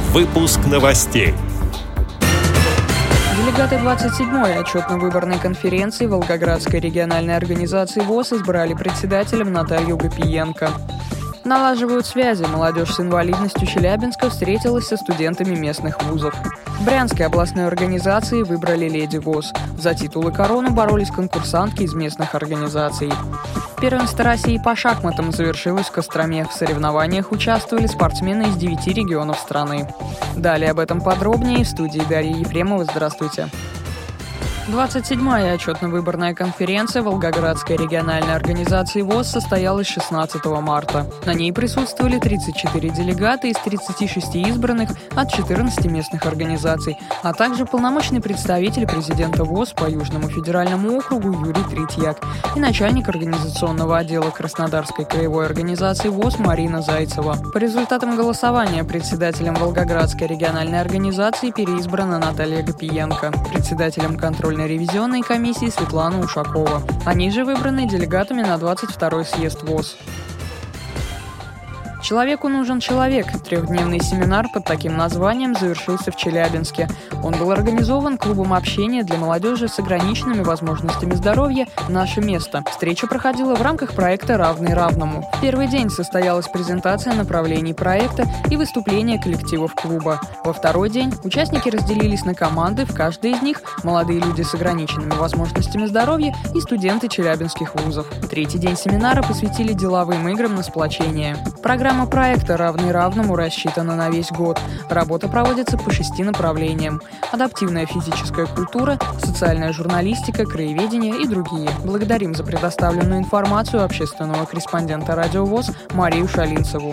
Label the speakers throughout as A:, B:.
A: Выпуск новостей.
B: Делегаты 27-й отчетно-выборной конференции Волгоградской региональной организации ВОС избрали председателем Наталью Гапиенко. Налаживают связи. Молодежь с инвалидностью Челябинска встретилась со студентами местных вузов. В Брянской областной организации выбрали леди ВОС. За титул и корону боролись конкурсантки из местных организаций. Первенство России по шахматам завершилось в Костроме. В соревнованиях участвовали спортсмены из 9 регионов страны. Далее об этом подробнее в студии Дарьи Ефремова. Здравствуйте. 27-я отчетно-выборная конференция Волгоградской региональной организации ВОС состоялась 16 марта. На ней присутствовали 34 делегата из 36 избранных от 14 местных организаций, а также полномочный представитель президента ВОС по Южному федеральному округу Юрий Третьяк и начальник организационного отдела Краснодарской краевой организации ВОС Марина Зайцева. По результатам голосования председателем Волгоградской региональной организации переизбрана Наталья Гапиенко, председателем контрольной ревизионной комиссии Светлана Ушакова. Они же выбраны делегатами на 22-й съезд ВОС. «Человеку нужен человек». Трехдневный семинар под таким названием завершился в Челябинске. Он был организован клубом общения для молодежи с ограниченными возможностями здоровья «Наше место». Встреча проходила в рамках проекта «Равный равному». В первый день состоялась презентация направлений проекта и выступления коллективов клуба. Во второй день участники разделились на команды, в каждой из них молодые люди с ограниченными возможностями здоровья и студенты челябинских вузов. Третий день семинара посвятили деловым играм на сплочение. Программа проекта «Равный равному» рассчитана на весь год. Работа проводится по 6 направлениям: адаптивная физическая культура, социальная журналистика, краеведение и другие. Благодарим за предоставленную информацию общественного корреспондента Радио ВОС Марию Шалинцеву.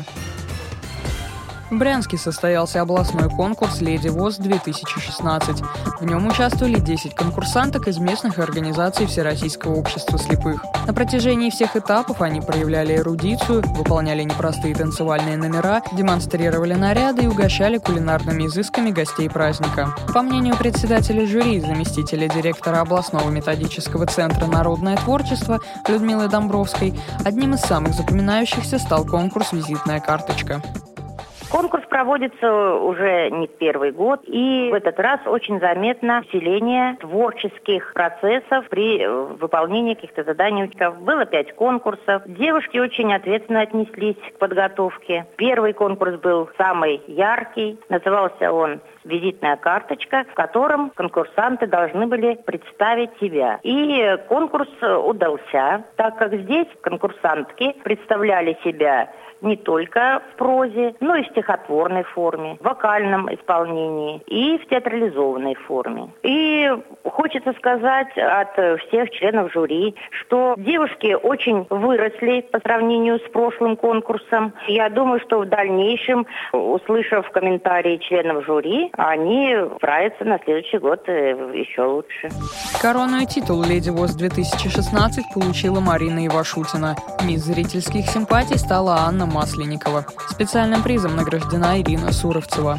B: В Брянске состоялся областной конкурс «Леди ВОС-2016». В нем участвовали 10 конкурсанток из местных организаций Всероссийского общества слепых. На протяжении всех этапов они проявляли эрудицию, выполняли непростые танцевальные номера, демонстрировали наряды и угощали кулинарными изысками гостей праздника. По мнению председателя жюри, заместителя директора областного методического центра «Народное творчество» Людмилы Домбровской, одним из самых запоминающихся стал конкурс «Визитная карточка».
C: Конкурс проводится уже не первый год, и в этот раз очень заметно усиление творческих процессов при выполнении каких-то заданий. Было 5 конкурсов. Девушки очень ответственно отнеслись к подготовке. Первый конкурс был самый яркий. Назывался он «Визитная карточка», в котором конкурсанты должны были представить себя. И конкурс удался, так как здесь конкурсантки представляли себя не только в прозе, но и в стихотворной форме, в вокальном исполнении и в театрализованной форме. И хочется сказать от всех членов жюри, что девушки очень выросли по сравнению с прошлым конкурсом. Я думаю, что в дальнейшем, услышав комментарии членов жюри, они справятся на следующий год еще лучше.
B: Корону и титул «Леди ВОС-2016» получила Марина Ивашутина. Мисс зрительских симпатий стала Анна Масленникова. Специальным призом награждена Ирина Суровцева.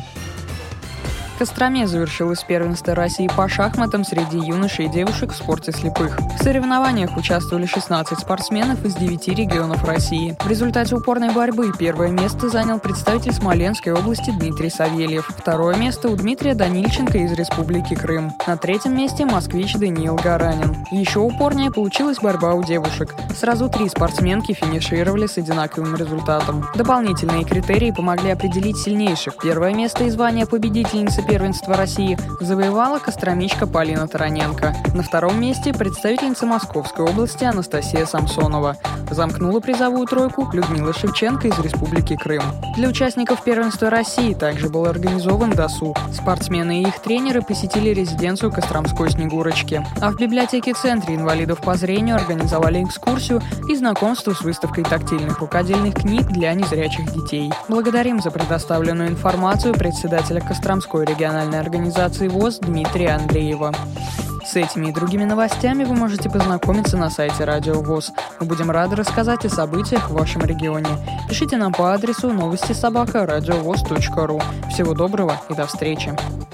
B: В Костроме завершилось первенство России по шахматам среди юношей и девушек в спорте слепых. В соревнованиях участвовали 16 спортсменов из 9 регионов России. В результате упорной борьбы первое место занял представитель Смоленской области Дмитрий Савельев. Второе место у Дмитрия Данильченко из Республики Крым. На третьем месте москвич Даниил Гаранин. Еще упорнее получилась борьба у девушек. Сразу 3 спортсменки финишировали с одинаковым результатом. Дополнительные критерии помогли определить сильнейших. Первое место и звание победительницы первенства России завоевала костромичка Полина Тараненко. На втором месте представительница Московской области Анастасия Самсонова. Замкнула призовую тройку Людмила Шевченко из Республики Крым. Для участников первенства России также был организован досуг. Спортсмены и их тренеры посетили резиденцию Костромской Снегурочки. А в библиотеке-центре инвалидов по зрению организовали экскурсию и знакомство с выставкой тактильных рукодельных книг для незрячих детей. Благодарим за предоставленную информацию председателя Костромской региональной организации ВОС Дмитрия Андреева. С этими и другими новостями вы можете познакомиться на сайте Радио ВОС. Мы будем рады рассказать о событиях в вашем регионе. Пишите нам по адресу новости@радиовос.ру. Всего доброго и до встречи!